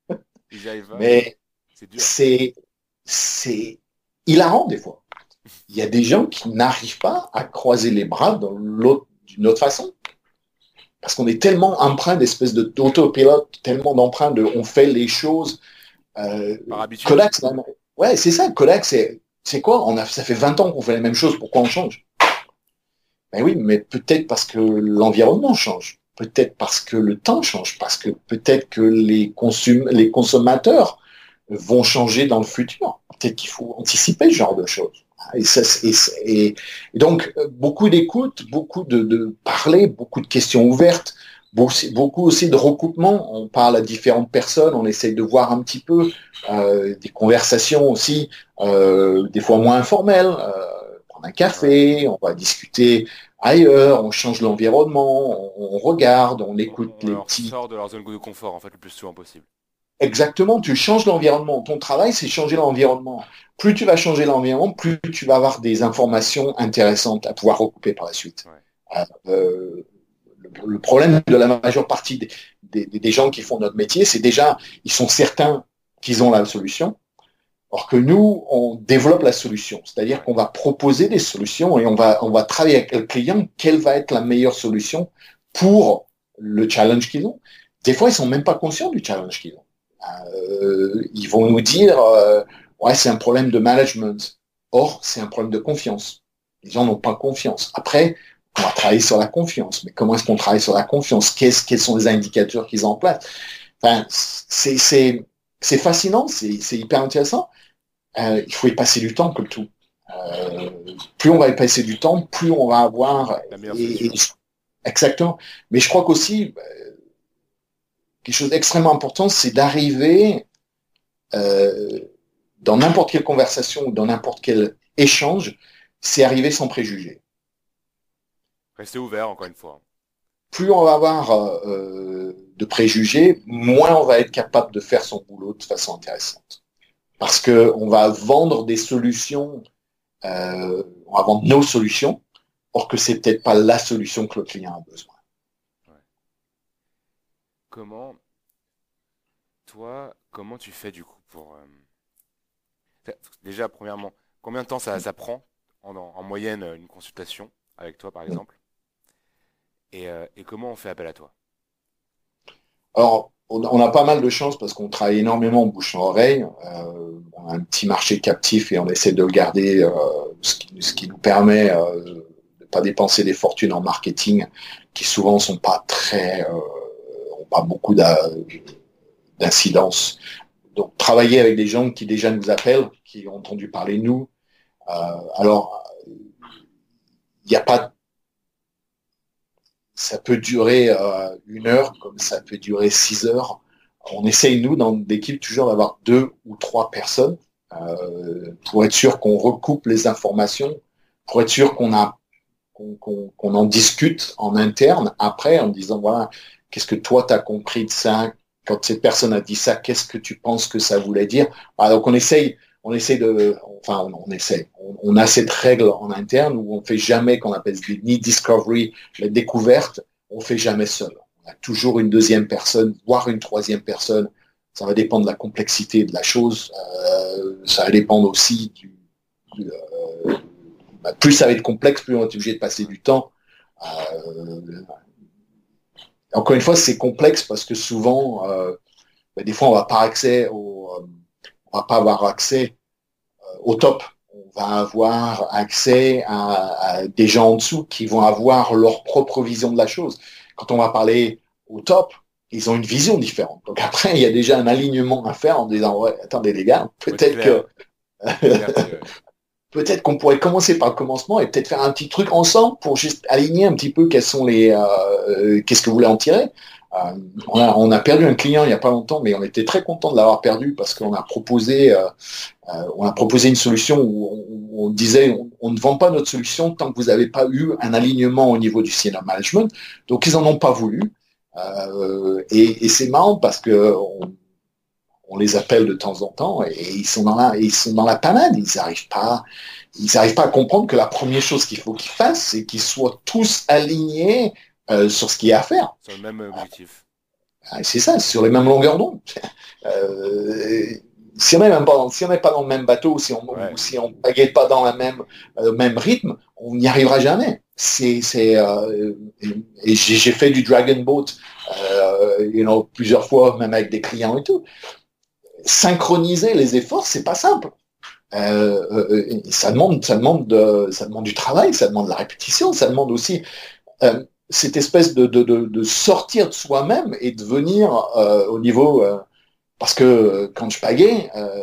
mais c'est dur. C'est, c'est hilarant des fois. Il y a des gens qui n'arrivent pas à croiser les bras dans l'autre, d'une autre façon. Parce qu'on est tellement empreint d'espèces de, d'autopilote, tellement d'empreint de on fait les choses. Euh, Par habitude. Kodak, c'est, ouais, c'est ça. Kodak, c'est, c'est quoi? On a, ça fait vingt ans qu'on fait la même chose. Pourquoi on change? Ben oui, mais peut-être parce que l'environnement change. Peut-être parce que le temps change, parce que peut-être que les, consum- les consommateurs vont changer dans le futur. Peut-être qu'il faut anticiper ce genre de choses. Et, ça, et, et, et donc, beaucoup d'écoute, beaucoup de, de parler, beaucoup de questions ouvertes, beaucoup aussi de recoupement. On parle à différentes personnes, on essaye de voir un petit peu euh, des conversations aussi, euh, des fois moins informelles. Euh, prendre un café, on va discuter ailleurs, on change l'environnement, on, on regarde, on écoute on, on les leur petits... sort de leur zone de confort, en fait, le plus souvent possible. Exactement, tu changes l'environnement. Ton travail, c'est changer l'environnement. Plus tu vas changer l'environnement, plus tu vas avoir des informations intéressantes à pouvoir recouper par la suite. Ouais. Euh, le, le problème de la majeure partie des, des, des gens qui font notre métier, c'est déjà, ils sont certains qu'ils ont la solution, or que nous, on développe la solution. C'est-à-dire qu'on va proposer des solutions et on va, on va travailler avec le client, quelle va être la meilleure solution pour le challenge qu'ils ont. Des fois, ils sont même pas conscients du challenge qu'ils ont. Euh, ils vont nous dire euh, ouais, c'est un problème de management. Or, c'est un problème de confiance. Les gens n'ont pas confiance. Après, on va travailler sur la confiance. Mais comment est-ce qu'on travaille sur la confiance? Qu'est-ce, Quels sont les indicateurs qu'ils ont en place? Enfin, c'est, c'est, c'est fascinant, c'est, c'est hyper intéressant. Euh, il faut y passer du temps, comme tout. Euh, plus on va y passer du temps, plus on va avoir... La meilleure et, et, exactement. Mais je crois qu'aussi... quelque chose d'extrêmement important, c'est d'arriver euh, dans n'importe quelle conversation ou dans n'importe quel échange, c'est arriver sans préjugés. Rester ouvert, encore une fois. Plus on va avoir euh, de préjugés, moins on va être capable de faire son boulot de façon intéressante. Parce qu'on va vendre des solutions, euh, on va vendre nos solutions, or que c'est peut-être pas la solution que le client a besoin. Ouais. Comment, toi, comment tu fais du coup pour... Euh... Déjà, premièrement, combien de temps ça, ça prend en, en moyenne une consultation avec toi, par exemple? Et, euh, et comment on fait appel à toi? Alors, on a pas mal de chance parce qu'on travaille énormément en bouche-oreille. Euh, on a un petit marché captif et on essaie de le garder, euh, ce, qui, ce qui nous permet euh, de ne pas dépenser des fortunes en marketing qui souvent sont pas très, euh, ont pas beaucoup d'incidence. Donc, travailler avec des gens qui déjà nous appellent, qui ont entendu parler de nous. Euh, alors, il n'y a pas ça peut durer euh, une heure, comme ça peut durer six heures. On essaye, nous, dans l'équipe, toujours d'avoir deux ou trois personnes euh, pour être sûr qu'on recoupe les informations, pour être sûr qu'on a qu'on, qu'on, qu'on en discute en interne après en disant, voilà, qu'est-ce que toi, tu as compris de ça? Quand cette personne a dit ça, qu'est-ce que tu penses que ça voulait dire? Voilà, donc, on essaye on essaie de, enfin, on, on essaie. On, on a cette règle en interne où on fait jamais, qu'on appelle ni discovery, la découverte, on fait jamais seul. On a toujours une deuxième personne, voire une troisième personne. Ça va dépendre de la complexité de la chose. Euh, ça va dépendre aussi du, du euh, bah, plus ça va être complexe, plus on est obligé de passer du temps. Euh, encore une fois, c'est complexe parce que souvent, euh, bah, des fois, on va pas accès au, euh, on va pas avoir accès euh, au top. On va avoir accès à, à des gens en dessous qui vont avoir leur propre vision de la chose. Quand on va parler au top, ils ont une vision différente. Donc après, il y a déjà un alignement à faire en disant ouais, attendez les gars, peut-être que peut-être qu'on pourrait commencer par le commencement et peut-être faire un petit truc ensemble pour juste aligner un petit peu quels sont les euh, qu'est-ce que vous voulez en tirer. Euh, on, a, on a perdu un client il n'y a pas longtemps, mais on était très content de l'avoir perdu parce qu'on a proposé, euh, euh, on a proposé une solution où on, où on disait on, on ne vend pas notre solution tant que vous n'avez pas eu un alignement au niveau du senior management. Donc ils en ont pas voulu. Euh, et, et c'est marrant parce que on, on les appelle de temps en temps et ils sont dans la, ils sont dans la panade. Ils n'arrivent pas, ils n'arrivent pas à comprendre que la première chose qu'il faut qu'ils fassent, c'est qu'ils soient tous alignés euh, sur ce qu'il y a à faire. Sur le même objectif. Ah, c'est ça, sur les mêmes longueurs d'onde. Euh, si on n'est même pas, si on n'est pas dans le même bateau, si on, Ouais. si on baguette pas dans le même, euh, même rythme, on n'y arrivera jamais. C'est, c'est, euh, et, et j'ai, j'ai fait du Dragon Boat, euh, you know, plusieurs fois, même avec des clients et tout. Synchroniser les efforts, c'est pas simple. Euh, euh, ça demande, ça demande, de, ça demande du travail, ça demande de la répétition, ça demande aussi euh, cette espèce de, de, de, de sortir de soi-même et de venir euh, au niveau, euh, parce que euh, quand je pagaie, euh,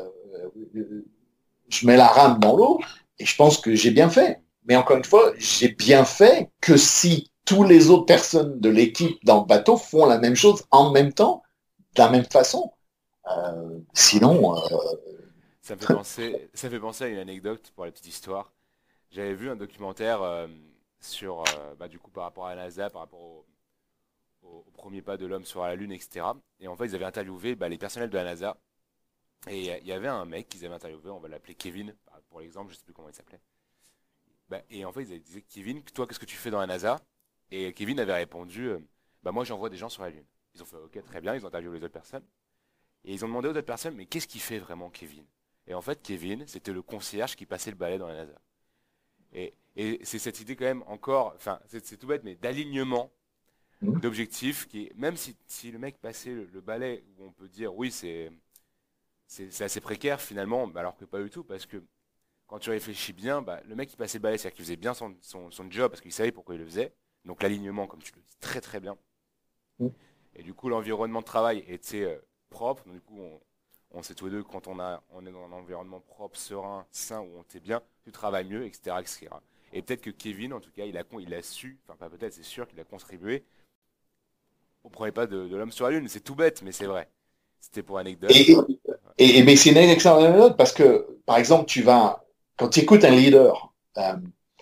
je mets la rame dans l'eau et je pense que j'ai bien fait. Mais encore une fois, j'ai bien fait que si tous les autres personnes de l'équipe dans le bateau font la même chose en même temps, de la même façon. Euh, sinon, euh... ça me fait penser, ça me fait penser à une anecdote pour la petite histoire. J'avais vu un documentaire euh, sur, euh, bah, du coup, par rapport à la NASA, par rapport au, au, au premier pas de l'homme sur la Lune, et cetera. Et en fait, ils avaient interviewé bah, les personnels de la NASA. Et il y avait un mec qu'ils avaient interviewé, on va l'appeler Kevin, pour l'exemple, je ne sais plus comment il s'appelait. Bah, et en fait, ils avaient dit, Kevin, toi, qu'est-ce que tu fais dans la NASA? Et Kevin avait répondu, euh, bah moi, j'envoie des gens sur la Lune. Ils ont fait, ok, très bien, ils ont interviewé les autres personnes. Et ils ont demandé aux autres personnes, mais qu'est-ce qu'il fait vraiment, Kevin? Et en fait, Kevin, c'était le concierge qui passait le balai dans la NASA. Et, et c'est cette idée quand même encore, enfin, c'est, c'est tout bête, mais d'alignement, d'objectif, qui, même si, si le mec passait le, le balai, où on peut dire, oui, c'est, c'est, c'est assez précaire finalement, alors que pas du tout, parce que quand tu réfléchis bien, bah, le mec qui passait le balai, c'est-à-dire qu'il faisait bien son, son, son job, parce qu'il savait pourquoi il le faisait, donc l'alignement, comme tu le dis, très très bien. Et du coup, l'environnement de travail était euh, propre, donc du coup, on, on sait tous les deux que quand on, a, on est dans un environnement propre, serein, sain, où on t'est bien, tu travailles mieux, et cetera, et cetera. Et peut-être que Kevin, en tout cas, il a, il a su, enfin pas peut-être, c'est sûr qu'il a contribué au premier pas de, de l'homme sur la Lune. C'est tout bête, mais c'est vrai. C'était pour anecdote. Et, et, et mais c'est une excellente anecdote parce que, par exemple, tu vas, quand tu écoutes un leader, euh,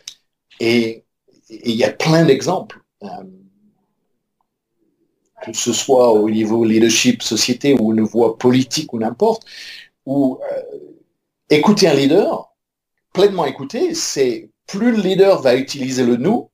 et il y a plein d'exemples, euh, que ce soit au niveau leadership, société, ou une voie politique ou n'importe, où euh, écouter un leader, pleinement écouter, c'est plus le leader va utiliser le nous,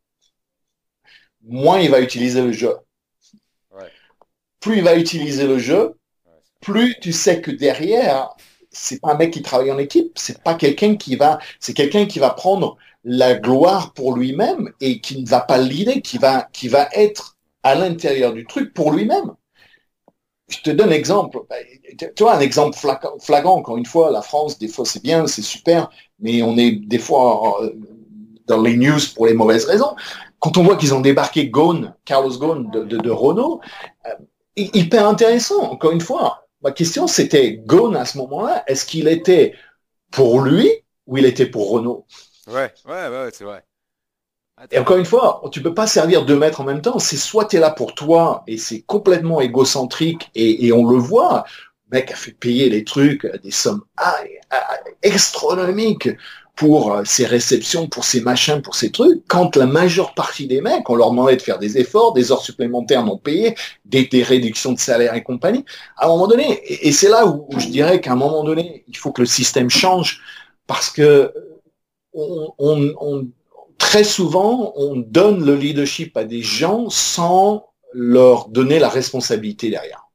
moins il va utiliser le je. Ouais. Plus il va utiliser le je, plus tu sais que derrière, c'est pas un mec qui travaille en équipe, c'est pas quelqu'un qui va, c'est quelqu'un qui va prendre la gloire pour lui-même et qui ne va pas l'idée, qui va, qui va être à l'intérieur du truc pour lui-même. Je te donne un exemple. Tu vois, un exemple flagrant, encore une fois, la France, des fois c'est bien, c'est super, mais on est des fois dans les news pour les mauvaises raisons. Quand on voit qu'ils ont débarqué Ghosn, Carlos Ghosn de, de, de Renault, euh, hyper intéressant, encore une fois. Ma question, c'était Ghosn à ce moment-là, est-ce qu'il était pour lui ou il était pour Renault? Ouais, ouais, ouais, c'est vrai. Attends. Et encore une fois, tu peux pas servir deux maîtres en même temps. C'est soit tu es là pour toi et c'est complètement égocentrique et, et on le voit. Le mec a fait payer les trucs, des sommes astronomiques pour ses réceptions, pour ses machins, pour ses trucs, quand la majeure partie des mecs, on leur demandait de faire des efforts, des heures supplémentaires non payées, des, des réductions de salaire et compagnie. À un moment donné, et, et c'est là où, où je dirais qu'à un moment donné, il faut que le système change, parce que on, on, on, très souvent, on donne le leadership à des gens sans leur donner la responsabilité derrière.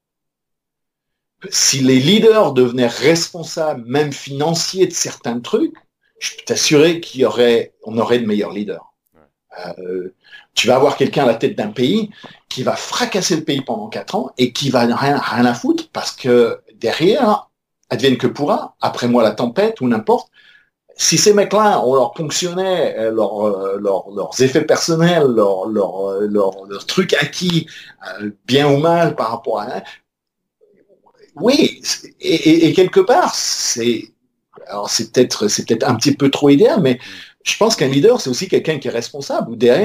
Si les leaders devenaient responsables, même financiers, de certains trucs, je peux t'assurer qu'il y aurait, on aurait de meilleurs leaders. Euh, tu vas avoir quelqu'un à la tête d'un pays qui va fracasser le pays pendant quatre ans et qui va rien, rien à foutre parce que derrière, advienne que pourra, après moi la tempête ou n'importe, si ces mecs-là, on leur ponctionnait leur, leur, leurs effets personnels, leurs leur, leur, leur trucs acquis, bien ou mal par rapport à... Oui, et, et, et quelque part, c'est... Alors c'est peut-être c'est peut-être un petit peu trop idéal, mais je pense qu'un leader, c'est aussi quelqu'un qui est responsable, ou derrière,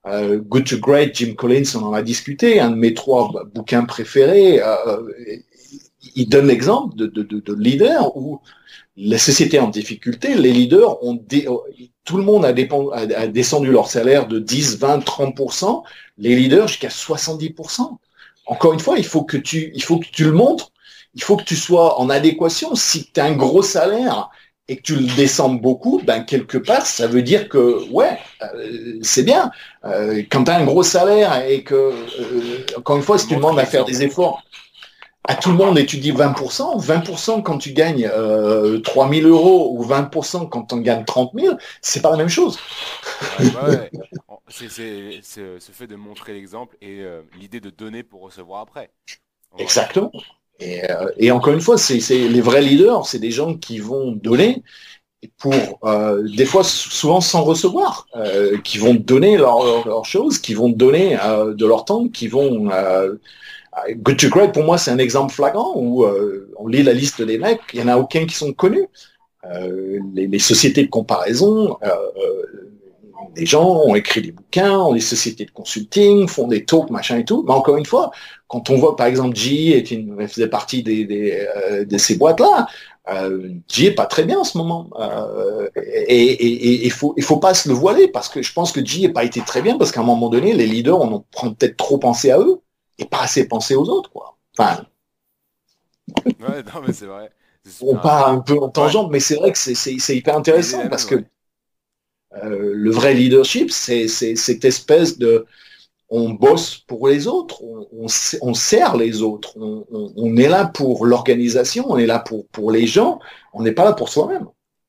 Euh, Good to Great, Jim Collins, on en a discuté, un de mes trois bouquins préférés. Euh, il donne l'exemple de, de, de, de leaders où la société en difficulté, les leaders ont dé... tout le monde a, dépend... a descendu leur salaire de dix, vingt, trente pour cent, les leaders jusqu'à soixante-dix pour cent. Encore une fois, il faut que tu, il faut que tu le montres, il faut que tu sois en adéquation. Si tu as un gros salaire et que tu le descends beaucoup, ben quelque part, ça veut dire que ouais, euh, c'est bien. Euh, quand tu as un gros salaire et que, euh, encore une fois, si tu demandes à faire des efforts à tout le monde et tu dis vingt pour cent, vingt pour cent quand tu gagnes euh, trois mille euros ou vingt pour cent quand tu en gagnes trente mille, c'est pas la même chose. Ouais, ouais. C'est, c'est, c'est ce fait de montrer l'exemple et euh, l'idée de donner pour recevoir après. Exactement. Et, euh, et encore une fois, c'est, c'est les vrais leaders, c'est des gens qui vont donner pour euh, des fois souvent sans recevoir, euh, qui vont donner leurs leur, leur choses, qui vont donner euh, de leur temps, qui vont euh, Good to Great, pour moi, c'est un exemple flagrant où euh, on lit la liste des mecs, il n'y en a aucun qui sont connus. Euh, les, les sociétés de comparaison, euh, des gens ont écrit des bouquins, ont des sociétés de consulting, font des talks, machin et tout. Mais encore une fois, quand on voit, par exemple, G E est une, faisait partie des, des, euh, de ces boîtes-là, euh, G E est pas très bien en ce moment. Euh, et il faut, il faut pas se le voiler parce que je pense que G E n'a pas été très bien parce qu'à un moment donné, les leaders, on ont peut-être trop pensé à eux et pas assez pensé aux autres, quoi. Enfin. Ouais, non, mais c'est vrai. C'est on part un peu en tangente, ouais. Mais c'est vrai que c'est, c'est, c'est hyper intéressant c'est parce que ouais. euh, le vrai leadership, c'est, c'est cette espèce de, on bosse pour les autres, on, on, on sert les autres, on, on, on est là pour l'organisation, on est là pour, pour les gens, on n'est pas là pour soi-même.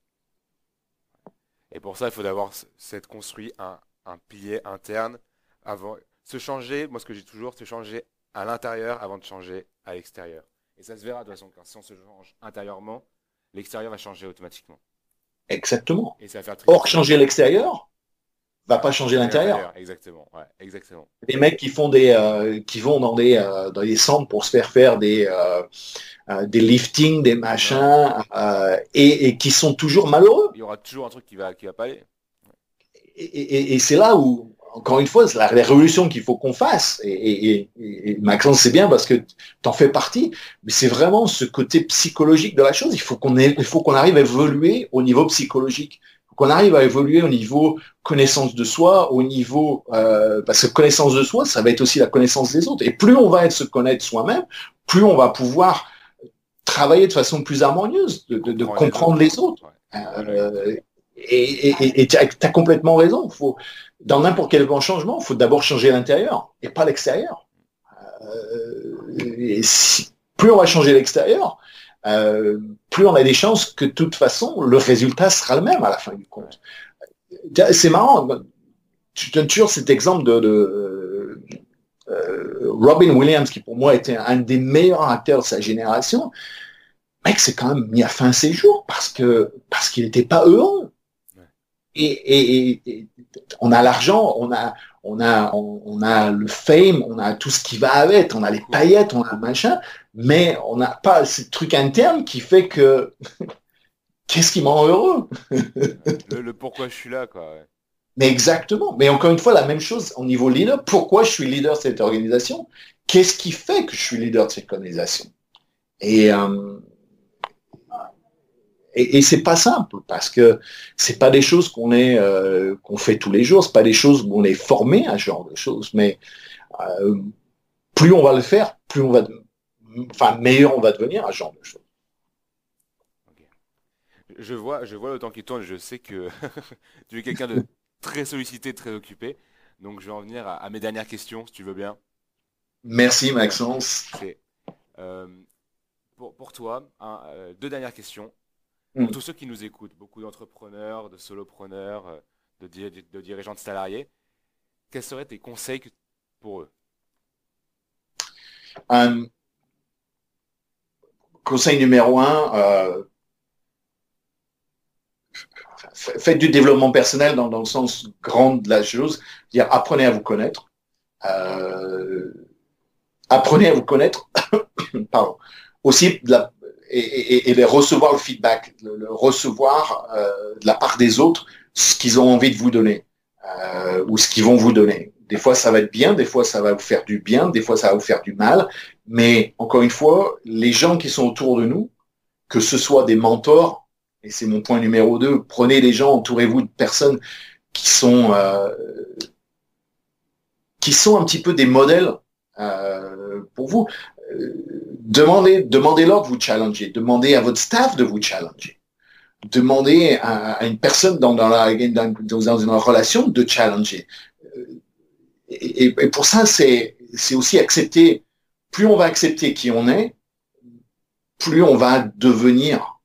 Et pour ça, il faut d'abord s'être construit un, un pilier interne avant. Se changer, moi ce que j'ai toujours, se changer à l'intérieur avant de changer à l'extérieur. Et ça se verra de toute façon, car si on se change intérieurement, l'extérieur va changer automatiquement. Exactement. Et ça va faire très Or, changer l'extérieur va pas changer l'intérieur. Exactement, ouais, exactement. Des mecs qui font des, euh, qui vont dans des, euh, dans des centres pour se faire faire des, euh, euh, des liftings, des machins, euh, et, et qui sont toujours malheureux. Il y aura toujours un truc qui va, qui va pas aller. Et, et, et c'est là où, encore une fois, c'est la, la révolution qu'il faut qu'on fasse. Et, et, et, et Maxence, c'est bien parce que t'en fais partie, mais c'est vraiment ce côté psychologique de la chose. Il faut qu'on ait, il faut qu'on arrive à évoluer au niveau psychologique. Il faut qu'on arrive à évoluer au niveau connaissance de soi, au niveau, euh, parce que connaissance de soi, ça va être aussi la connaissance des autres. Et plus on va être se connaître soi-même, plus on va pouvoir travailler de façon plus harmonieuse, de, de, de comprendre les autres. Les autres. Ouais. Euh, et et, et tu as complètement raison. Faut, dans n'importe quel grand changement, il faut d'abord changer l'intérieur et pas l'extérieur. Euh, et si, plus on va changer l'extérieur, euh, plus on a des chances que de toute façon, le résultat sera le même à la fin du compte. C'est marrant, tu te toujours cet exemple de, de euh, Robin Williams, qui pour moi était un des meilleurs acteurs de sa génération. Mec, c'est quand même mis à fin ses jours parce que parce qu'il n'était pas heureux. Et, et, et on a l'argent, on a, on a, on, on a le fame, on a tout ce qui va avec, on a les paillettes, on a le machin, mais on n'a pas ce truc interne qui fait que qu'est-ce qui me rend heureux? le, le pourquoi je suis là, quoi. Ouais. Mais exactement. Mais encore une fois, la même chose au niveau leader. Pourquoi je suis leader de cette organisation? Qu'est-ce qui fait que je suis leader de cette organisation? Et euh, Et, et c'est pas simple parce que c'est pas des choses qu'on est euh, qu'on fait tous les jours, c'est pas des choses où on est formé à ce genre de choses. Mais euh, plus on va le faire, plus on va, enfin meilleur on va devenir à ce genre de choses. Okay. Je vois, je vois le temps qui tourne. Je sais que tu es quelqu'un de très sollicité, très occupé. Donc je vais en venir à, à mes dernières questions, si tu veux bien. Merci Maxence. C'est, euh, pour pour toi, hein, euh, deux dernières questions. Pour tous ceux qui nous écoutent, beaucoup d'entrepreneurs, de solopreneurs, de, di- de dirigeants de salariés, quels seraient tes conseils pour eux? Un conseil numéro un, euh, faites du développement personnel dans, dans le sens grand de la chose, dire apprenez à vous connaître, euh, apprenez à vous connaître, pardon, aussi de la Et, et, et de recevoir le feedback, le, le recevoir euh, de la part des autres ce qu'ils ont envie de vous donner. euh, ou ce qu'ils vont vous donner. Des fois, ça va être bien, des fois, ça va vous faire du bien, des fois, ça va vous faire du mal. Mais encore une fois, les gens qui sont autour de nous, que ce soit des mentors, et c'est mon point numéro deux, prenez les gens, entourez-vous de personnes qui sont euh, qui sont un petit peu des modèles euh, pour vous. Euh, demandez, demandez-leur de vous challenger, demandez à votre staff de vous challenger, demandez à, à une personne dans, dans, la, dans, dans une relation de challenger. Et, et, et pour ça, c'est, c'est aussi accepter. Plus on va accepter qui on est, plus on va devenir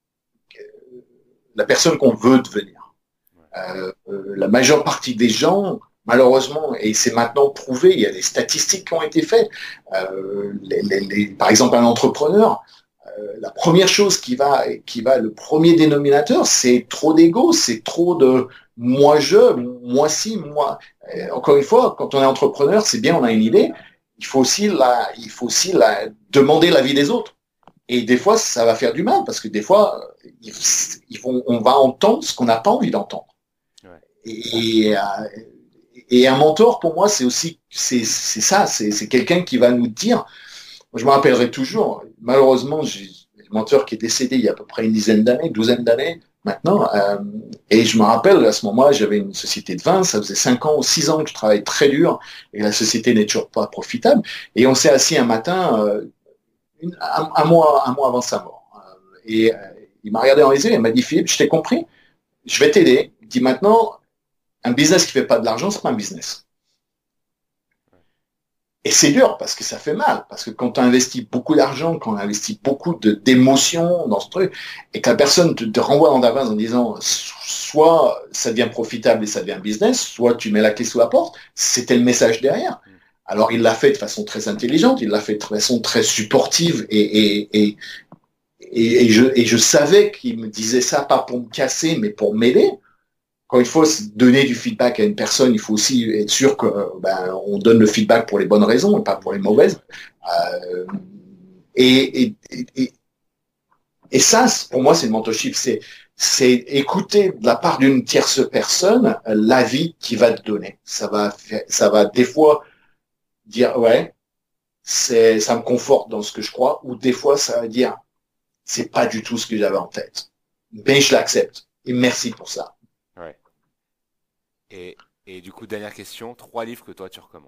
la personne qu'on veut devenir. Euh, la majeure partie des gens, malheureusement, et c'est maintenant prouvé, il y a des statistiques qui ont été faites. Euh, les, les, les, par exemple, un entrepreneur, euh, la première chose qui va, qui va, le premier dénominateur, c'est trop d'ego, c'est trop de moi je, moi si, moi. Et encore une fois, quand on est entrepreneur, c'est bien, on a une idée. Il faut aussi la, il faut aussi la, demander l'avis des autres. Et des fois, ça va faire du mal parce que des fois, ils vont, on va entendre ce qu'on n'a pas envie d'entendre. Et, et un mentor, pour moi, c'est aussi, c'est, c'est ça, c'est, c'est quelqu'un qui va nous dire, je me rappellerai toujours, malheureusement, j'ai un mentor qui est décédé il y a à peu près une dizaine d'années, une douzaine d'années maintenant, euh, et je me rappelle, à ce moment-là, j'avais une société de vin, ça faisait cinq ans ou six ans que je travaillais très dur, et la société n'est toujours pas profitable, et on s'est assis un matin, euh, une, un, un, mois, un mois avant sa mort, et euh, il m'a regardé dans les yeux, et il m'a dit, Philippe, je t'ai compris, je vais t'aider, il dit maintenant, un business qui fait pas de l'argent, c'est pas un business. Et c'est dur parce que ça fait mal, parce que quand tu investis beaucoup d'argent, quand on investit beaucoup de, d'émotions dans ce truc, et que la personne te, te renvoie dans ta vase en disant soit ça devient profitable et ça devient un business, soit tu mets la clé sous la porte, c'était le message derrière. Alors il l'a fait de façon très intelligente, il l'a fait de façon très supportive et, et, et, et, et, je, et je savais qu'il me disait ça pas pour me casser, mais pour m'aider. Quand il faut donner du feedback à une personne, il faut aussi être sûr que ben, on donne le feedback pour les bonnes raisons et pas pour les mauvaises. Euh, et, et, et, et ça, pour moi, c'est le mentorship. C'est, c'est écouter de la part d'une tierce personne l'avis qu'il va te donner. Ça va, ça va des fois dire ouais, c'est, ça me conforte dans ce que je crois, ou des fois ça va dire c'est pas du tout ce que j'avais en tête, mais je l'accepte et merci pour ça. Ouais. Et, et du coup, dernière question, trois livres que toi tu recommandes.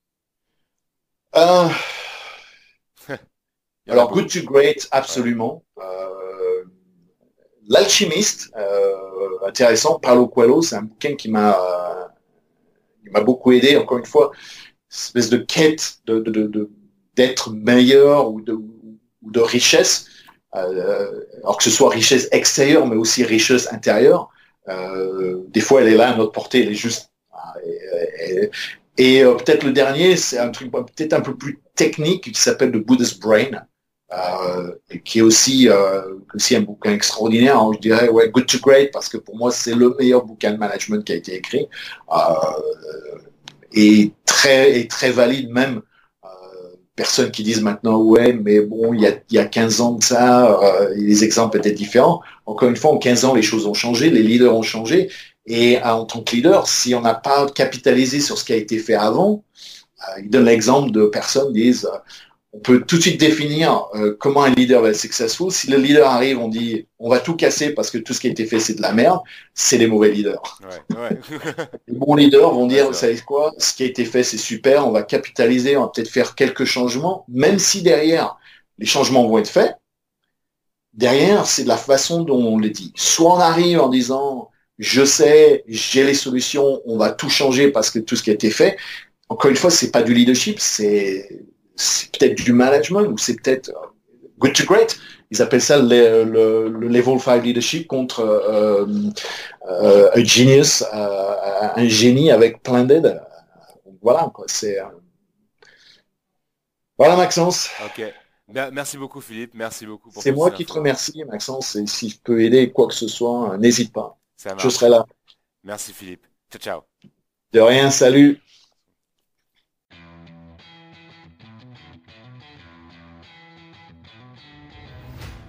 Euh, Il y en a alors, beaucoup. Good to Great, absolument. Ouais. Euh, L'Alchimiste, euh, intéressant. Paulo Coelho, c'est un bouquin qui m'a, euh, qui m'a beaucoup aidé. Encore une fois, espèce de quête de, de, de, de d'être meilleur ou de, ou de richesse. Euh, alors que ce soit richesse extérieure, mais aussi richesse intérieure. Euh, des fois, elle est là à notre portée, elle est juste. Et, et, et euh, peut-être le dernier, c'est un truc peut-être un peu plus technique qui s'appelle The Buddha's Brain, euh, et qui est aussi, euh, aussi un bouquin extraordinaire. Hein, je dirais ouais, Good to Great parce que pour moi c'est le meilleur bouquin de management qui a été écrit euh, et très et très valide même. Personnes qui disent maintenant ouais mais bon il y a, il y a quinze ans de ça euh, les exemples étaient différents. Encore une fois en quinze ans les choses ont changé, les leaders ont changé et euh, en tant que leader si on n'a pas capitalisé sur ce qui a été fait avant, euh, il donne l'exemple de personnes qui disent euh, on peut tout de suite définir euh, comment un leader va être successful. Si le leader arrive, on dit on va tout casser parce que tout ce qui a été fait c'est de la merde, c'est les mauvais leaders. Ouais, ouais. Les bons leaders vont dire, ouais, vous savez quoi, ce qui a été fait c'est super, on va capitaliser, on va peut-être faire quelques changements, même si derrière les changements vont être faits. Derrière, c'est de la façon dont on les dit. Soit on arrive en disant je sais, j'ai les solutions, on va tout changer parce que tout ce qui a été fait. Encore une fois, c'est pas du leadership, c'est c'est peut-être du management ou c'est peut-être good to great. Ils appellent ça le, le, le level cinq leadership contre euh, euh, un genius, euh, un génie avec plein d'aides. Voilà, quoi. C'est euh... voilà, Maxence. Ok. Merci beaucoup, Philippe. Merci beaucoup pour c'est toutes moi ces qui te infos. remercie, Maxence. Et si je peux aider quoi que ce soit, n'hésite pas. Ça Je marche. serai là. Merci, Philippe. Ciao, ciao. De rien, salut.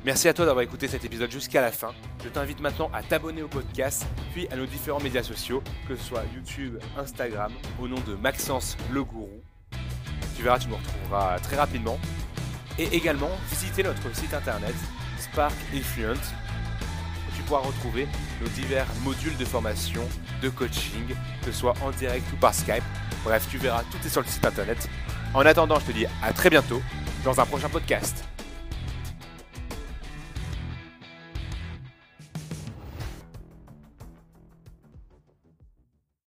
Merci à toi d'avoir écouté cet épisode jusqu'à la fin. Je t'invite maintenant à t'abonner au podcast, puis à nos différents médias sociaux, que ce soit YouTube, Instagram, au nom de Maxence le Gourou. Tu verras, tu nous retrouveras très rapidement. Et également, visiter notre site internet Spark Influent, où tu pourras retrouver nos divers modules de formation, de coaching, que ce soit en direct ou par Skype. Bref, tu verras, tout est sur le site internet. En attendant, je te dis à très bientôt dans un prochain podcast.